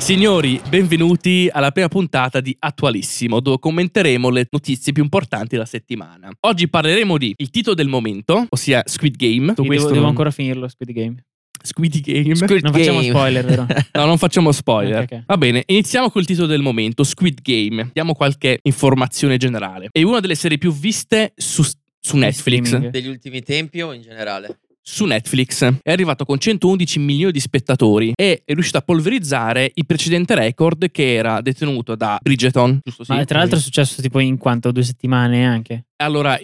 Signori, benvenuti alla prima puntata di Attualissimo, dove commenteremo le notizie più importanti della settimana. Oggi parleremo di il titolo del momento, ossia Squid Game. Devo ancora finirlo, Squid Game. Squid Game? Non facciamo spoiler, vero? No, non facciamo spoiler. Ok. Va bene, iniziamo col titolo del momento, Squid Game. Diamo qualche informazione generale. È una delle serie più viste su Netflix. Streaming. Degli ultimi tempi o in generale? Su Netflix è arrivato con 111 milioni di spettatori e è riuscito a polverizzare il precedente record che era detenuto da Bridgerton, giusto? Sì? Ma tra l'altro è successo tipo in quanto? 2 settimane anche? Allora,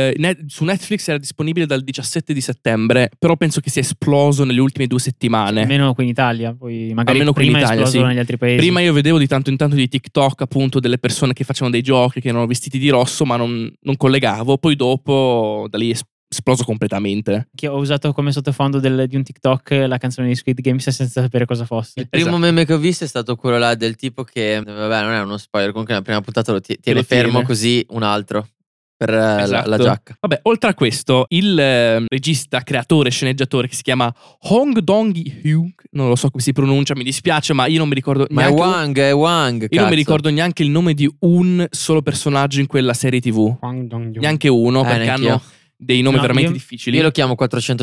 su Netflix era disponibile dal 17 di settembre, però penso che sia esploso nelle ultime 2 settimane. Almeno qui in Italia, poi magari Almeno qui in prima Italia, è esploso sì. negli altri paesi. Prima io vedevo di tanto in tanto di TikTok appunto delle persone che facevano dei giochi, che erano vestiti di rosso, ma non collegavo. Poi dopo da lì è esploso completamente. Che ho usato come sottofondo di un TikTok la canzone di Squid Game senza sapere cosa fosse. Il primo meme che ho visto è stato quello là del tipo che, vabbè, non è uno spoiler, comunque nella prima puntata lo tiene fermo così un altro per la giacca. Vabbè, oltre a questo, il regista, creatore, sceneggiatore che si chiama Hong Dong-hyuk, non lo so come si pronuncia, mi dispiace, ma io non mi ricordo Ma neanche è Wang, io cazzo. non mi ricordo neanche il nome di un solo personaggio in quella serie TV. Neanche uno, perché neanch'io. hanno dei nomi veramente io difficili. Io lo chiamo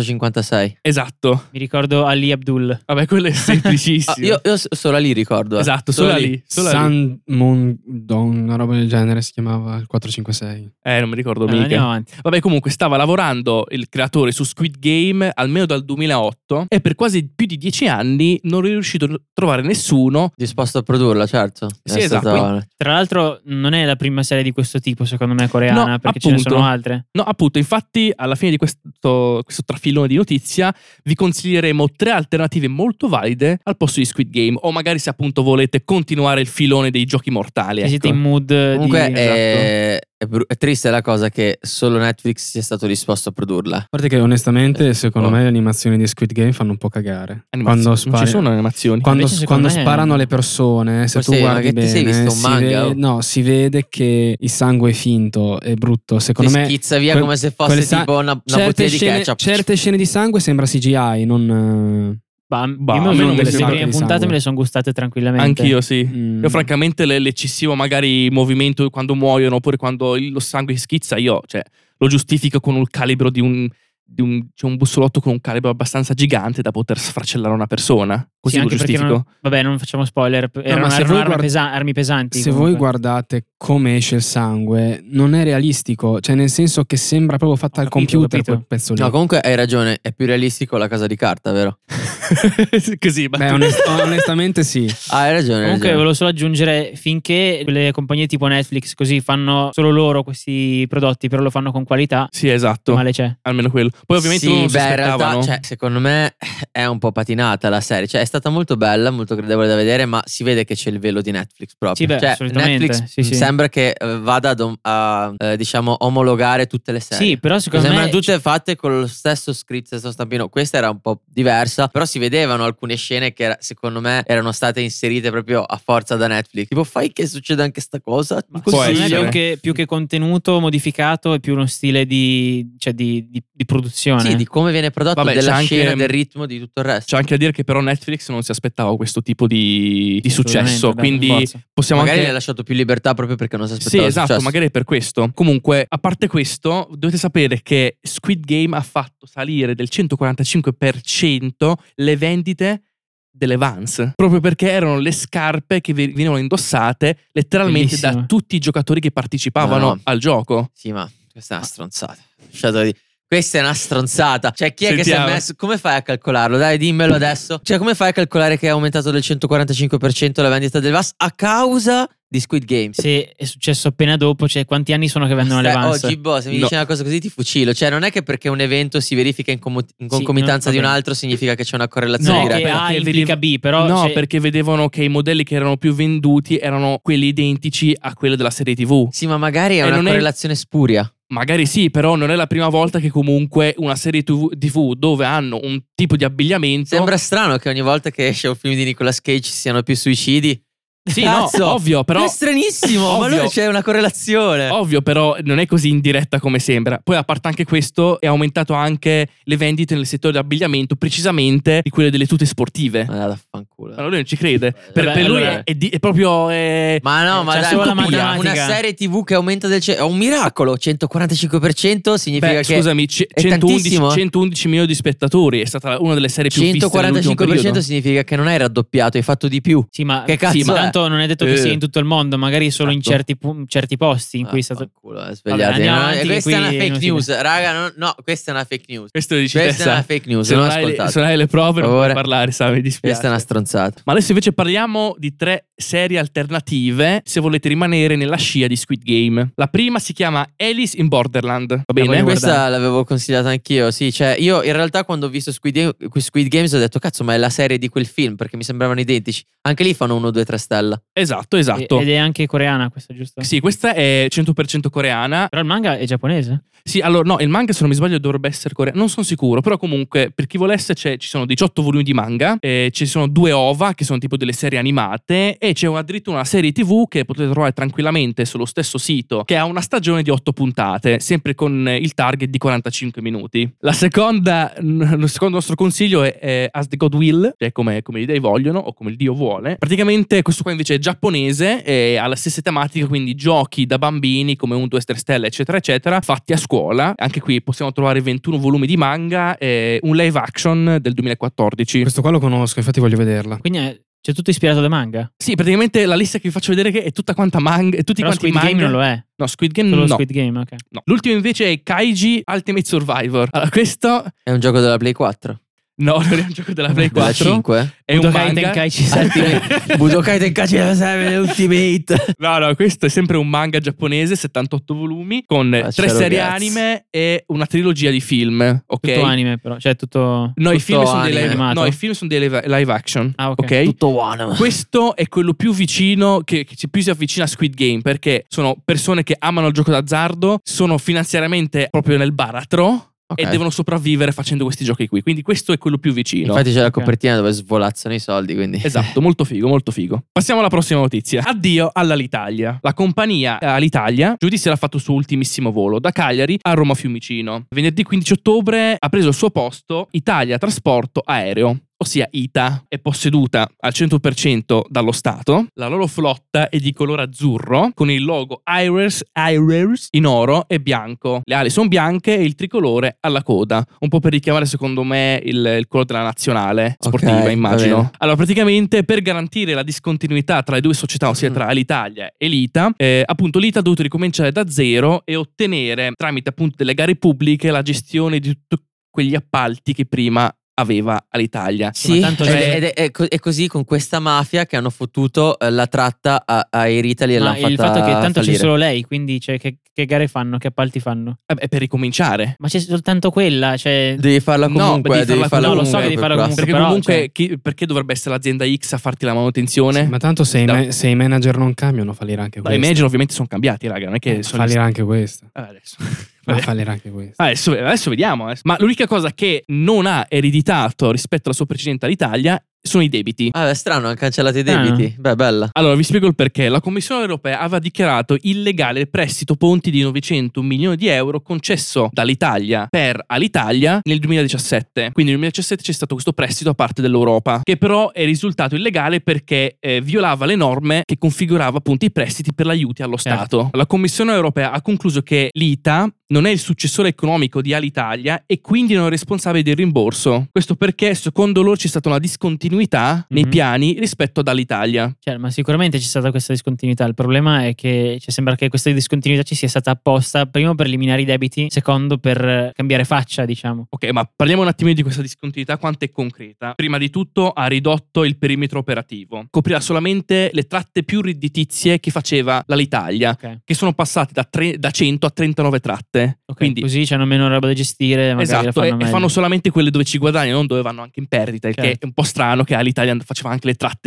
456. Esatto. Mi ricordo Ali Abdul. Vabbè, quello è semplicissimo. Io solo lì ricordo. Esatto, solo lì. San Moon Dong, una roba del genere si chiamava il 456. Non mi ricordo Andiamo mica. avanti. Vabbè, comunque stava lavorando il creatore su Squid Game almeno dal 2008 e per quasi più di 10 anni non è riuscito a trovare nessuno. Disposto a produrrla, certo. Sì, È esatto. stata- Tra l'altro non è la prima serie di questo tipo, secondo me, coreana, No, perché ce ne appunto. sono altre. No, appunto, infatti alla fine di questo trafilone di notizia vi consiglieremo 3 alternative molto valide al posto di Squid Game, o magari se appunto volete continuare il filone dei giochi mortali. Se siete ecco. in mood Comunque di... è triste la cosa che solo Netflix sia stato disposto a produrla. A parte che onestamente secondo me le animazioni di Squid Game fanno un po' cagare. Non ci sono animazioni. Quando Invece, secondo me, sparano le persone, se Forse, tu ma guardi che ti sei bene, visto un manga, o? no, si vede che il sangue è finto, è brutto. Secondo Si me schizza via come se fosse quelle sa- tipo una certe bottiglia di scene- ketchup. Certe scene di sangue sembra CGI, non... Io a me me lo non so, mi le sembra prime di puntate sangue. me le sono gustate tranquillamente. Anch'io sì. Mm. Io francamente l'eccessivo magari movimento quando muoiono oppure quando lo sangue schizza, io lo giustifico con un calibro di un c'è un bussolotto con un calibro abbastanza gigante da poter sfracellare una persona. Così Sì, lo anche perché giustifico. vabbè, non facciamo spoiler. Erano ma se voi armi pesanti. Se comunque. voi guardate come esce il sangue, non è realistico, cioè nel senso che sembra proprio fatta Ho al capito, computer ho capito. quel pezzo lì. No, comunque hai ragione, è più realistico la casa di carta, vero? Così, Beh, onestamente sì. Hai ragione. Comunque volevo solo aggiungere, finché le compagnie tipo Netflix così fanno solo loro questi prodotti, però lo fanno con qualità, Sì, esatto. male c'è. Almeno quello. Poi ovviamente sì, non si beh, in realtà, aspettavano. cioè, secondo me è un po' patinata la serie. Cioè, è stata molto bella, molto gradevole da vedere, ma si vede che c'è il velo di Netflix proprio. Sì, beh, cioè, assolutamente, Netflix sì. sembra che vada a diciamo, omologare tutte le serie. Sì, però secondo Sembrano me tutte fatte con lo stesso script, stesso stampino. Questa era un po' diversa, però si vedevano alcune scene che secondo me erano state inserite proprio a forza da Netflix. Tipo, fai che succeda anche sta cosa? Ti può secondo me essere. più che contenuto modificato è più uno stile di produzione. Sì, di come viene prodotto, Vabbè, della c'è scena, anche- del ritmo, di tutto il resto. C'è anche a dire che però Netflix non si aspettava questo tipo di successo, Assolutamente, beh, quindi per forza. possiamo Magari anche... le ha lasciato più libertà proprio perché non si aspettava Sì, il esatto, successo. magari è per questo. Comunque, a parte questo, dovete sapere che Squid Game ha fatto salire del 145% le vendite delle Vans, proprio perché erano le scarpe che venivano indossate letteralmente Bellissimo. da tutti i giocatori che partecipavano Ma no. al gioco. Sì, ma questa è una stronzata. Lasciato di- Questa è una stronzata. Cioè, chi è che si è Sentiamo. messo? Come fai a calcolarlo? Dai, dimmelo adesso. Cioè, come fai a calcolare che è aumentato del 145% la vendita del VAS a causa di Squid Game? Se è successo appena dopo, cioè quanti anni sono che vendono le Vans? Oh, Gibbo, se mi No. dici una cosa così ti fucilo. Cioè, non è che perché un evento si verifica in concomitanza no, di un vabbè. altro significa che c'è una correlazione No, diretta. che A Perché implica B, però no, cioè, perché vedevano che i modelli che erano più venduti erano quelli identici a quelli della serie TV. Sì, ma magari è E una non è- correlazione spuria. Magari sì, però non è la prima volta che comunque una serie TV dove hanno un tipo di abbigliamento... Sembra strano che ogni volta che esce un film di Nicolas Cage ci siano più suicidi Sì, Cazzo, no, ovvio, però è stranissimo, ma ovvio. allora c'è una correlazione. Ovvio, però non è così in diretta come sembra. Poi, a parte anche questo, è aumentato anche le vendite nel settore dell'abbigliamento, precisamente di quelle delle tute sportive. Ma da fanculo. Ma lui non ci crede. Per Vabbè, lui allora- è proprio. Ma no, ma c'è dai, solo la una matematica. serie TV che aumenta è un miracolo. 145% significa Beh, che scusami, è tantissimo. 111 milioni di spettatori. È stata una delle serie più viste nell'ultimo 145% periodo. significa che non hai raddoppiato, hai fatto di più. Sì, ma Che cazzo sì, ma è? tanto non è detto che sia in tutto il mondo, magari solo in Esatto. certi posti in cui è stato. Fanculo, Vabbè, svegliate. andiamo No, avanti, questa che è una qui fake non si news, raga. No, questa è una fake news. Questo lo dici Questa te, è una Sa. fake news. Se non non, hai, ascoltate. se non hai le prove, Per non puoi favore. parlare, Sa, mi dispiace. Questa è una stronzata. Ma adesso invece parliamo di 3 serie alternative se volete rimanere nella scia di Squid Game. La prima si chiama Alice in Borderland. Va bene? voglio Questa guardare. l'avevo consigliata anch'io, sì, cioè io in realtà quando ho visto Squid Games ho detto cazzo, ma è la serie di quel film perché mi sembravano identici. Anche lì fanno 1, 2, 3 stelle. Esatto, esatto. Ed è anche coreana questa, giusto? Sì, questa è 100% coreana. Però il manga è giapponese. Sì, allora no, il manga se non mi sbaglio dovrebbe essere coreano, non sono sicuro, però comunque per chi volesse ci sono 18 volumi di manga, ci sono 2 OVA che sono tipo delle serie animate e c'è addirittura una serie TV che potete trovare tranquillamente sullo stesso sito che ha una stagione di 8 puntate, sempre con il target di 45 minuti. Il secondo nostro consiglio è As the God Will, cioè come gli dei vogliono o come il Dio vuole. Praticamente questo qua invece è giapponese e ha la stessa tematica, quindi giochi da bambini come 1, 2, 3 stelle eccetera eccetera, fatti a scuola. Anche qui possiamo trovare 21 volumi di manga e un live action del 2014. Questo qua lo conosco, infatti voglio vederla. Quindi c'è tutto ispirato da manga. Sì, praticamente la lista che vi faccio vedere che è tutta quanta manga, tutti Però quanti Squid manga. Game non lo è. No, Squid Game Solo no. Squid Game, ok. No. L'ultimo invece è Kaiji Ultimate Survivor. Allora, questo È un gioco della Play 4. no, non è un gioco della Play Della 4. 5. È un Budokai manga. Tenkaichi 7. Budokai Tenkaichi 7 Ultimate. No, questo è sempre un manga giapponese, 78 volumi, con 3 Lascialo, serie ragazzi. anime e una trilogia di film, ok? Tutto anime però, cioè tutto. No, i tutto film sono dei anime. live, Animato? no, i film sono dei live action, Ah, ok. ok? Tutto one. Questo è quello più vicino che più si avvicina a Squid Game, perché sono persone che amano il gioco d'azzardo, sono finanziariamente proprio nel baratro Ok. e devono sopravvivere facendo questi giochi qui. Quindi questo è quello più vicino. Infatti c'è la Ok. copertina dove svolazzano i soldi, quindi. Esatto, molto figo, molto figo. Passiamo alla prossima notizia. Addio all'Alitalia. La compagnia Alitalia giovedì sera ha fatto il suo ultimissimo volo da Cagliari a Roma Fiumicino. Venerdì 15 ottobre ha preso il suo posto Italia Trasporto Aereo, ossia ITA. È posseduta al 100% dallo Stato. La loro flotta è di colore azzurro con il logo Iris in oro e bianco. Le ali sono bianche e il tricolore alla coda, un po' per richiamare secondo me il colore della nazionale sportiva, Ok, va immagino. bene. Allora, praticamente per garantire la discontinuità tra le due società, ossia tra Alitalia e l'ITA, appunto l'ITA ha dovuto ricominciare da zero e ottenere tramite appunto delle gare pubbliche la gestione di tutti quegli appalti che prima aveva Alitalia. Sì, Ma tanto è così con questa mafia che hanno fottuto la tratta a Air Italy e Ma l'hanno fatta il fatto è che tanto c'è fallire. solo lei, quindi cioè, che gare fanno, che appalti fanno? È per ricominciare. Ma c'è soltanto quella, cioè. Devi farla No, comunque, devi devi farla farla comunque. No, lo so comunque che devi per farla prassi. Perché però, comunque perché dovrebbe essere l'azienda X a farti la manutenzione? Sì, ma tanto se i, No. se i manager non cambiano, fallirà anche No, questa. i manager ovviamente sono cambiati, raga, non è che sono Fallirà anche questa. adesso. Ma fallirà anche questa. Adesso vediamo. Ma l'unica cosa che non ha ereditato rispetto alla sua precedente all'Italia sono i debiti. Ah, è strano, hanno cancellato i Strano. debiti. Beh, bella. Allora, vi spiego il perché. La Commissione europea aveva dichiarato illegale il prestito ponti di 900 milioni di euro concesso dall'Italia per Alitalia nel 2017. Quindi nel 2017 c'è stato questo prestito da parte dell'Europa, che però è risultato illegale perché violava le norme che configurava appunto i prestiti per l'aiuti allo Stato. La Commissione europea ha concluso che l'ITA non è il successore economico di Alitalia e quindi non è responsabile del rimborso. Questo perché secondo loro c'è stata una discontinuità nei Mhm. piani rispetto ad Alitalia. Cioè, ma sicuramente c'è stata questa discontinuità. Il problema è che sembra che questa discontinuità ci sia stata apposta, primo per eliminare i debiti, secondo per cambiare faccia, diciamo. Ok, ma parliamo un attimino di questa discontinuità, quanto è concreta. Prima di tutto ha ridotto il perimetro operativo. Coprirà solamente le tratte più redditizie che faceva l'Alitalia, Ok. che sono passate da 100 a 39 tratte. Ok, Quindi, così c'hanno meno roba da gestire, magari la esatto, fanno e meglio. fanno solamente quelle dove ci guadagnano, non dove vanno anche in perdita, il che Certo. è un po' strano che Alitalia faceva anche le tratte dove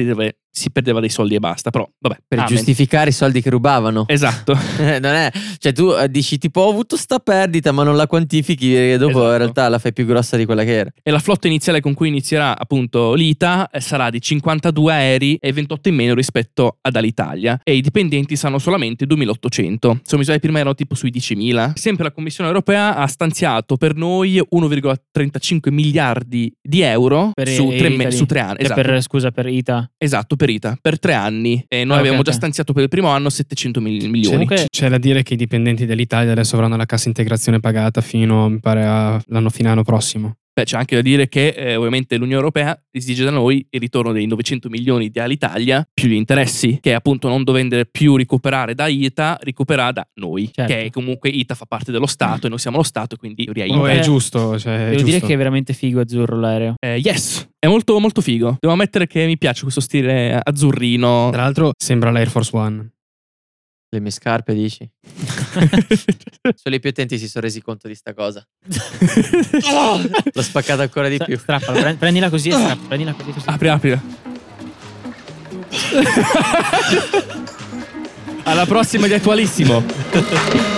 si perdeva dei soldi e basta. Però vabbè, Per amen. giustificare i soldi che rubavano. Esatto. Non è, cioè tu dici tipo ho avuto sta perdita ma non la quantifichi e dopo Esatto. in realtà la fai più grossa di quella che era. E la flotta iniziale con cui inizierà appunto l'ITA sarà di 52 aerei e 28 in meno rispetto ad Alitalia, e i dipendenti saranno solamente 2800. Sono misurati prima erano tipo sui 10.000. Sempre la Commissione Europea ha stanziato per noi 1,35 miliardi di euro Per su Air Italy. su 3 anni. Cioè, Esatto. per ITA. Esatto, per ITA, per 3 anni. E noi Ah, abbiamo ok, già ok. stanziato per il primo anno 700 milioni. Comunque- C'è da dire che i dipendenti dell'Italia adesso avranno la cassa integrazione pagata fino, mi pare, all'anno fine anno prossimo. Beh, c'è anche da dire che ovviamente l'Unione Europea esige da noi il ritorno dei 900 milioni di Alitalia più gli interessi, che appunto non dovendo più recuperare da ITA, recupera da noi, Certo. che comunque ITA fa parte dello Stato e noi siamo lo Stato, e quindi in teoria Oh, ITA. è giusto, cioè, è Devo dire giusto. che è veramente figo azzurro l'aereo. Yes, è molto molto figo. Devo ammettere che mi piace questo stile azzurrino. Tra l'altro sembra l'Air Force One. Le mie scarpe dici? Solo i più attenti si sono resi conto di sta cosa. L'ho spaccata ancora di più. Strappala, prendila così e prendila così. Apri. Alla prossima di Attualissimo.